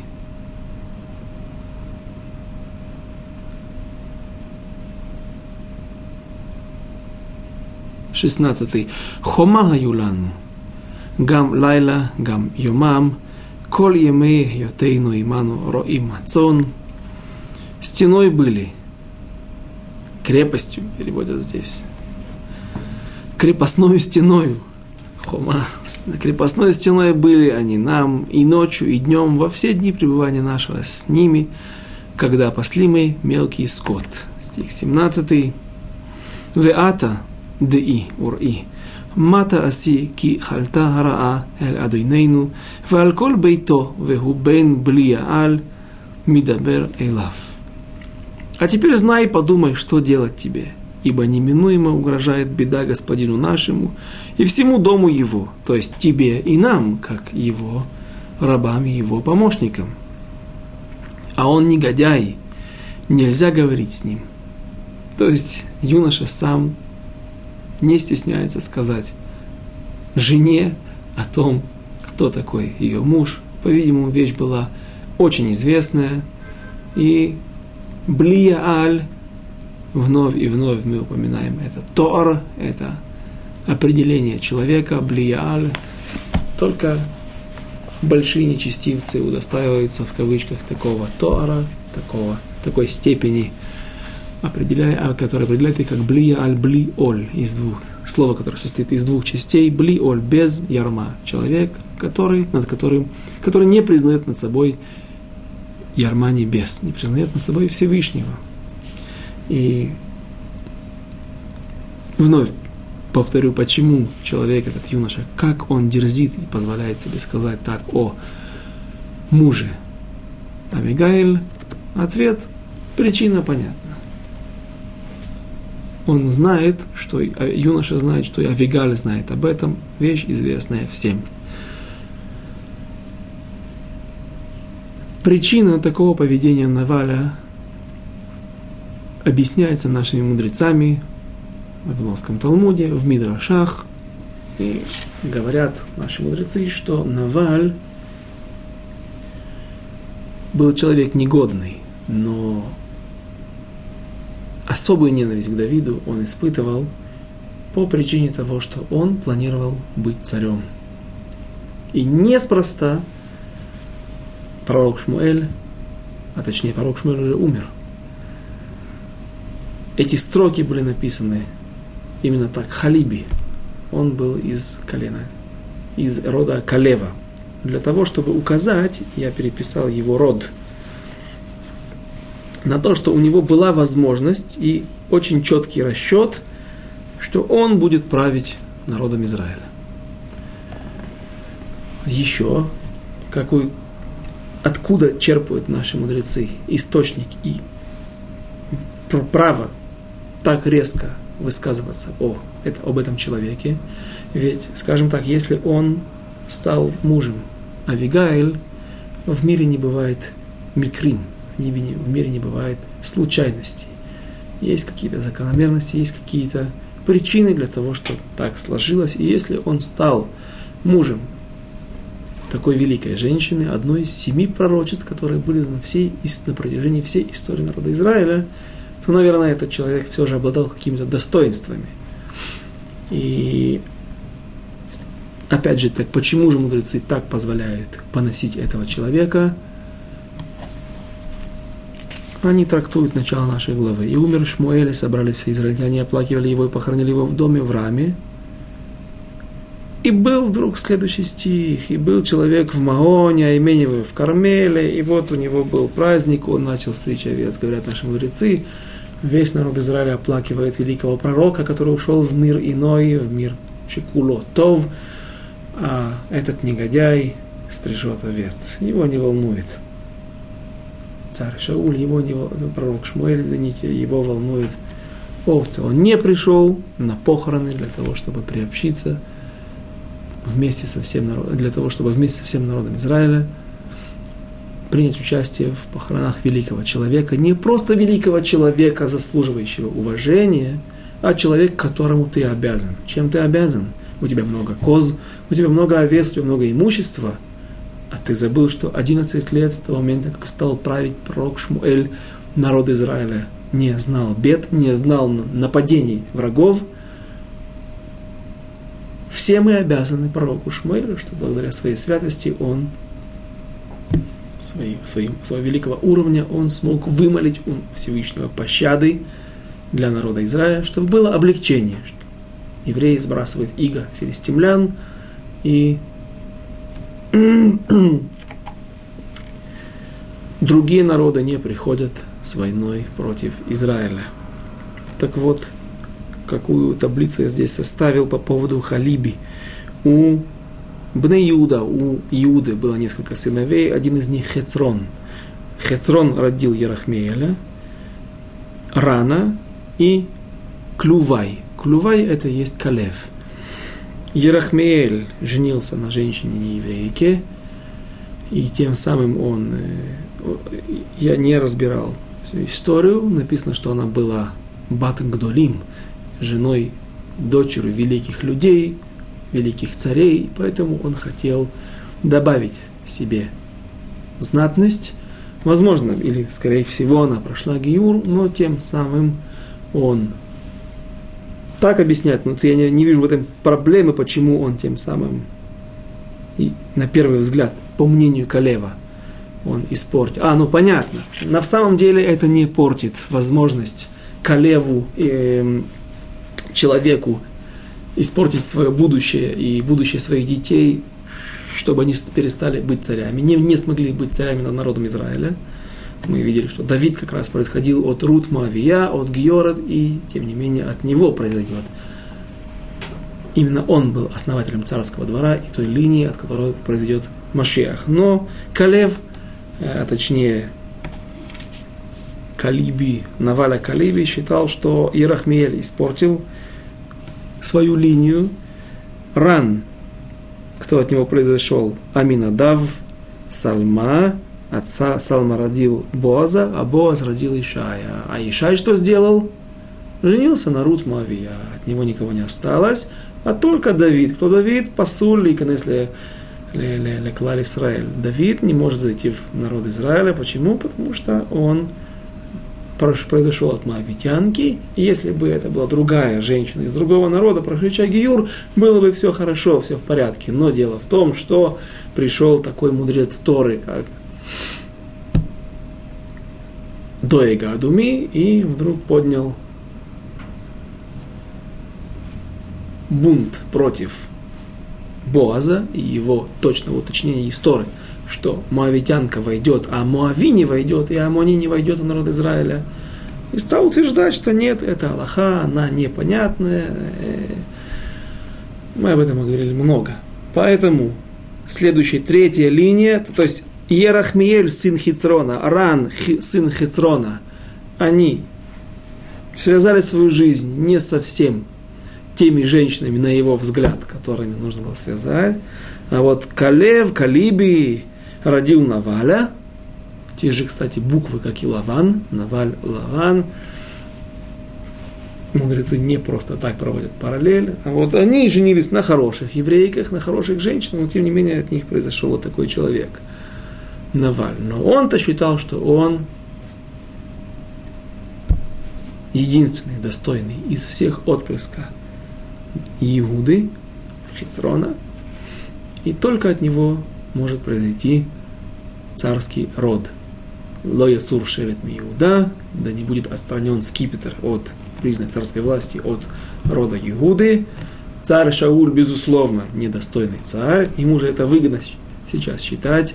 «Хома гаюлану, гам лайла, гам йомам, коль емей йотейну иману роим ацон». Стеной были, крепостью, переводят здесь, крепостной стеною, хома, крепостной стеной были они нам и ночью, и днем, во все дни пребывания нашего с ними, когда пасли мы мелкий скот. Стих 17. «Веата дei ури, мата аси ки хальта хараа эль адойнейну, веаль кол бейто веху бен бли яаль мидабер эйлав». А теперь знай и подумай, что делать тебе. ибо неминуемо угрожает беда господину нашему и всему дому его, то есть тебе и нам, как его рабам и его помощникам. А он негодяй, нельзя говорить с ним. То есть юноша сам не стесняется сказать жене о том, кто такой ее муж. По-видимому, вещь была очень известная. И блия-аль, вновь и вновь мы упоминаем это. Тор – это определение человека, блия-аль. Только большие нечестивцы удостаиваются в кавычках такого Тора, такой степени, который определяет их как блия-аль, бли-оль, из двух. Слово, которое состоит из двух частей, бли-оль, без ярма. Человек, который не признает над собой ярма небес, не признает над собой Всевышнего. И вновь повторю, почему человек, этот юноша, как он дерзит и позволяет себе сказать так о муже Авигаиль. Ответ, причина понятна. Он знает, что юноша знает, что и Авигаиль знает об этом, вещь известная всем. Причина такого поведения Наваля объясняется нашими мудрецами в Вавилонском Талмуде, в Мидрашах. И говорят наши мудрецы, что Наваль был человек негодный, но особую ненависть к Давиду он испытывал по причине того, что он планировал быть царем. И неспроста пророк Шмуэль, а точнее пророк Шмуэль уже умер. Эти строки были написаны именно так. Халиби, он был из колена, из рода Калева. Для того, чтобы указать, я переписал его род, на то, что у него была возможность и очень четкий расчет, что он будет править народом Израиля. Еще, откуда черпают наши мудрецы источник и право так резко высказываться об этом человеке. Ведь, скажем так, если он стал мужем Авигаиль, в мире не бывает микрим, в мире не бывает случайностей. Есть какие-то закономерности, есть какие-то причины для того, что так сложилось. И если он стал мужем такой великой женщины, одной из 7 пророчеств, которые были на протяжении всей истории народа Израиля, то, наверное, этот человек все же обладал какими-то достоинствами. И опять же, так почему же мудрецы так позволяют поносить этого человека? Они трактуют начало нашей главы. «И умер Шмуэль, и собрались все израильтяне, оплакивали его и похоронили его в доме в Раме. И был вдруг следующий стих, и был человек в Маоне, а имение его в Кармеле, и вот у него был праздник, он начал стричь овец». Говорят наши мудрецы, весь народ Израиля оплакивает великого пророка, который ушел в мир иной, в мир Шикуло Тов, а этот негодяй стрижет овец. Его не волнует царь Шауль, пророк Шмуэль, его волнует овцы. Он не пришел на похороны для того, чтобы приобщиться вместе со всем народом, для того, чтобы вместе со всем народом Израиля принять участие в похоронах великого человека, не просто великого человека, заслуживающего уважения, а человек, которому ты обязан. Чем ты обязан? У тебя много коз, у тебя много овец, у тебя много имущества, а ты забыл, что 11 лет с того момента, как стал править пророк Шмуэль, народ Израиля не знал бед, не знал нападений врагов. Все мы обязаны пророку Шмуэлю, что благодаря своей святости он своего великого уровня он смог вымолить у Всевышнего пощады для народа Израиля, чтобы было облегчение, что евреи сбрасывают иго филистимлян и другие народы не приходят с войной против Израиля. Так вот, какую таблицу я здесь составил по поводу Халиби. У Бней Иуда, у Иуды было несколько сыновей, один из них Хецрон. Хецрон родил Ерахмееля, Рана и Клювай. Клювай – это есть Калев. Ерахмеэль женился на женщине нееврейке, и тем самым он, я не разбирал всю историю, написано, что она была Бат Гдолим, женой, дочерью великих людей, великих царей, поэтому он хотел добавить себе знатность. Возможно, или скорее всего она прошла гиюр, но тем самым он так объясняет, но я не вижу в этом проблемы, почему он тем самым, и на первый взгляд, по мнению Калева, он испортит. Ну понятно, на самом деле это не портит возможность Калеву, человеку, испортить свое будущее и будущее своих детей, чтобы они перестали быть царями, не смогли быть царями над народом Израиля. Мы видели, что Давид как раз происходил от Рут Моавия, от Геора, и тем не менее от него произойдет. Именно он был основателем царского двора и той линии, от которой произойдет Машиах. Но Калев, точнее Калиби, Наваля Калиби считал, что Ерахмеэль испортил свою линию. Ран, кто от него произошел? Аминадав, Сальма. Отца Салма родил Боаза, а Боаз родил Ишая. А Ишай что сделал? Женился на Рут Моавия. От него никого не осталось, а только Давид. Кто Давид? Пасуль, иканес леклаль Исраэль. Давид не может зайти в народ Израиля. Почему? Потому что он произошел от моавитянки, и если бы это была другая женщина из другого народа, прошедшая гиюр, было бы все хорошо, все в порядке. Но дело в том, что пришел такой мудрец Торы, как Доега Адуми, и вдруг поднял бунт против Боаза и его точного уточнения из Торы, что моавитянка войдет, а Моави не войдет, и Амони не войдет в народ Израиля. И стал утверждать, что нет, это Аллаха, она непонятная. Мы об этом говорили много. Поэтому следующая, третья линия, то есть Ерахмеэль, сын Хицрона, Ран, сын Хицрона, они связали свою жизнь не совсем теми женщинами, на его взгляд, которыми нужно было связать. А вот Калев, Калиби родил Наваля, те же, кстати, буквы, как и Лаван, Наваль, Лаван. Мудрецы не просто так проводят параллель, а вот они женились на хороших еврейках, на хороших женщинах, но тем не менее от них произошел вот такой человек, Наваль. Но он-то считал, что он единственный, достойный из всех отпрыска Иуды, Хицрона, и только от него может произойти царский род. Ло ясур шевет ми Иуда, да не будет отстранен скипетр от признак царской власти, от рода Иуды. Царь Шауль, безусловно, недостойный царь, ему же это выгодно сейчас считать.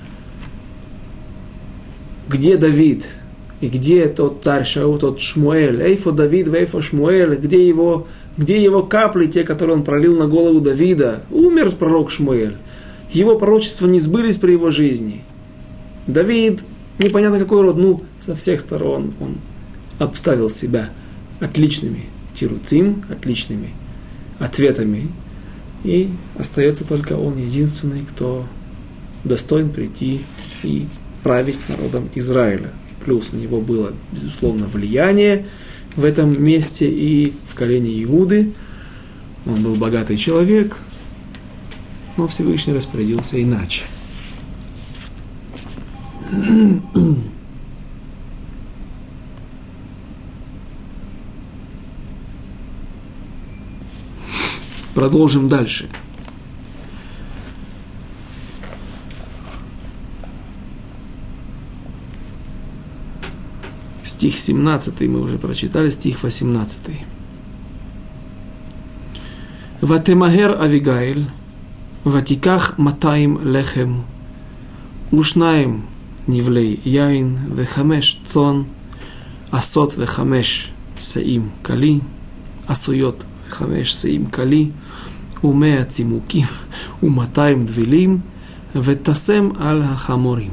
Где Давид? И где тот царь Шауль, тот Шмуэль? Эйфо Давид, вейфо Шмуэль? Где его капли, те, которые он пролил на голову Давида? Умер пророк Шмуэль. Его пророчества не сбылись при его жизни. Давид, непонятно какой род, со всех сторон он обставил себя отличными тируцим, отличными ответами. И остается только он единственный, кто достоин прийти и править народом Израиля. Плюс у него было, безусловно, влияние в этом месте и в колене Иуды. Он был богатый человек, но Всевышний распорядился иначе. Продолжим дальше. Стих 17 мы уже прочитали, стих 18. Ватемахер Авигаиль, ватиках 200 лехем, ушнаим нивлей яин, вехамеш цон, асот вехамеш саим кали, асуйот вехамеш саим кали, умеа цимуким, 200 двилим, ветасем аль хаморим.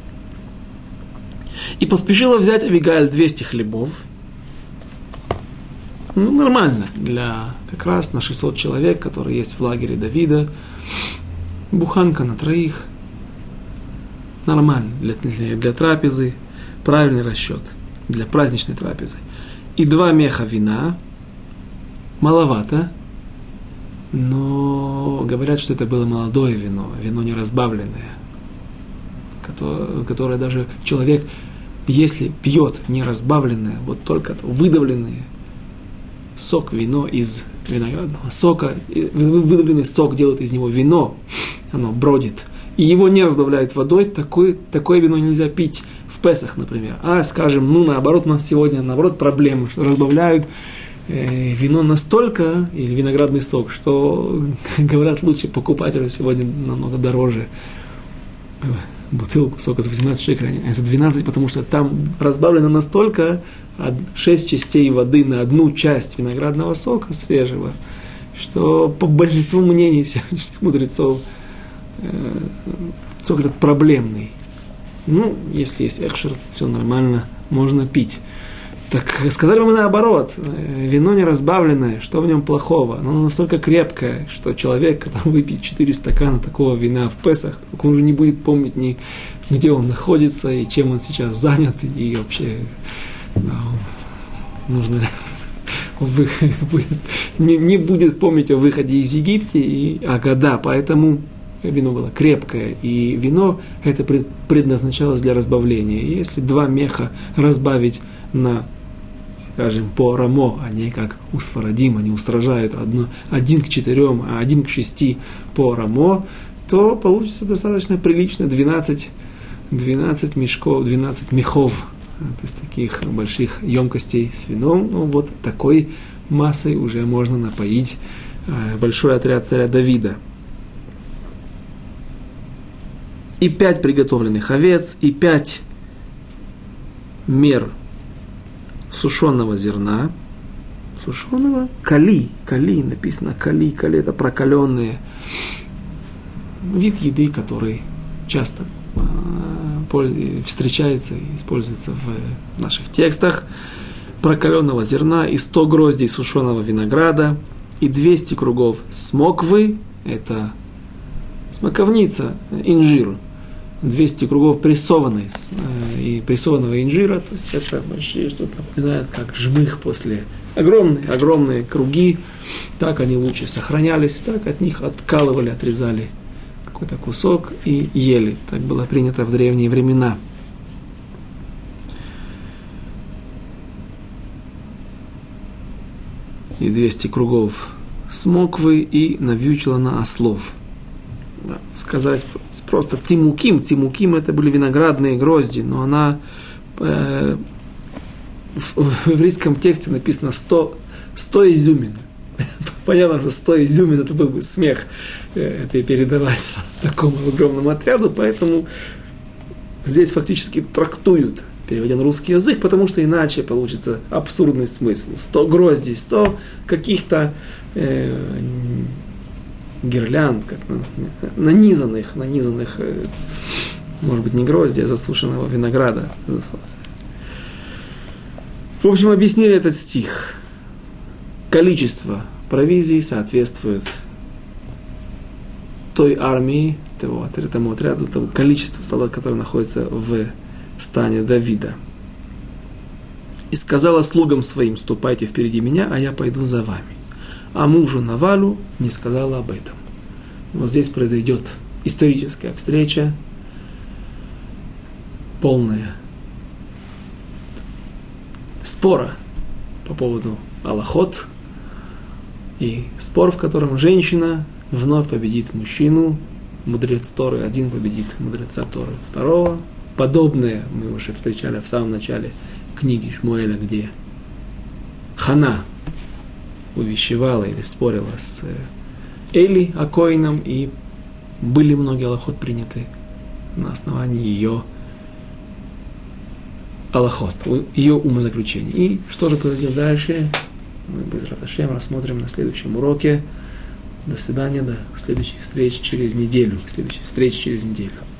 И поспешила взять Авигаиль 200 хлебов Нормально для как раз на 600 человек, которые есть в лагере Давида. Буханка на 3. Нормально для трапезы. Правильный расчет для праздничной трапезы. И 2 меха вина. Маловато. Но говорят, что это было молодое вино. Вино не разбавленное. Которое даже человек, если пьет не разбавленное, вот только выдавленное, сок, вино из виноградного сока, выдавленный сок делает из него вино, оно бродит, и его не разбавляют водой, такое вино нельзя пить в Песах, например. Скажем, наоборот, у нас сегодня, проблемы, что разбавляют вино настолько, или виноградный сок, что, говорят, лучше покупателю сегодня намного дороже бутылку сока за 18 шекелей, а за 12, потому что там разбавлено настолько 6 частей воды на 1 часть виноградного сока свежего, что по большинству мнений сегодняшних мудрецов сок этот проблемный. Если есть экшер, все нормально, можно пить. Так сказали бы мы наоборот, вино не разбавленное, что в нем плохого? Оно настолько крепкое, что человек, который выпьет 4 стакана такого вина в Песах, он уже не будет помнить ни где он находится и чем он сейчас занят, и вообще нужно не будет помнить о выходе из Египта и о года, поэтому вино было крепкое, и вино это предназначалось для разбавления. И если 2 меха разбавить на, скажем, по рамо, они как у сфарадим, они устражают 1 к 4, а 1 к 6 по рамо, то получится достаточно прилично 12 мешков, 12 мехов, то есть таких больших емкостей с вином. Вот такой массой уже можно напоить большой отряд царя Давида. И 5 приготовленных овец, и 5 мер сушеного зерна, кали написано, кали это прокаленные, вид еды, который часто встречается и используется в наших текстах, прокаленного зерна, и 100 гроздей сушеного винограда, и 200 кругов смоквы, это смоковница, инжир, 200 кругов прессованного инжира, то есть это большие, что-то напоминает, как жмых после огромные круги, так они лучше сохранялись, так от них откалывали, отрезали какой-то кусок и ели. Так было принято в древние времена. И 200 кругов смоквы и навьючила ослов. Да, сказать просто цимуким это были виноградные грозди, но она в еврейском тексте написано 100 изюмин. Понятно, что 100 изюмин это был бы смех передавать такому огромному отряду, поэтому здесь фактически трактуют, переводя на русский язык, потому что иначе получится абсурдный смысл. 100 гроздей, 100 каких-то гирлянд, как нанизанных, может быть, не грозди, а засушенного винограда. В общем, объяснили этот стих. Количество провизии соответствует той армии, тому отряду, тому количеству солдат, которые находятся в стане Давида. И сказала слугам своим: ступайте впереди меня, а я пойду за вами. А мужу Навалу не сказала об этом. Вот здесь произойдет историческая встреча, полная спора по поводу алахот, и спор, в котором женщина вновь победит мужчину, мудрец Торы один победит мудреца Торы второго. Подобное мы уже встречали в самом начале книги Шмуэля, где Хана увещевала или спорила с Эли Акоином, и были многие алахот приняты на основании ее алахот, ее умозаключений. И что же произойдет дальше, мы Безрат Ашем рассмотрим на следующем уроке. До свидания, до следующих встреч через неделю.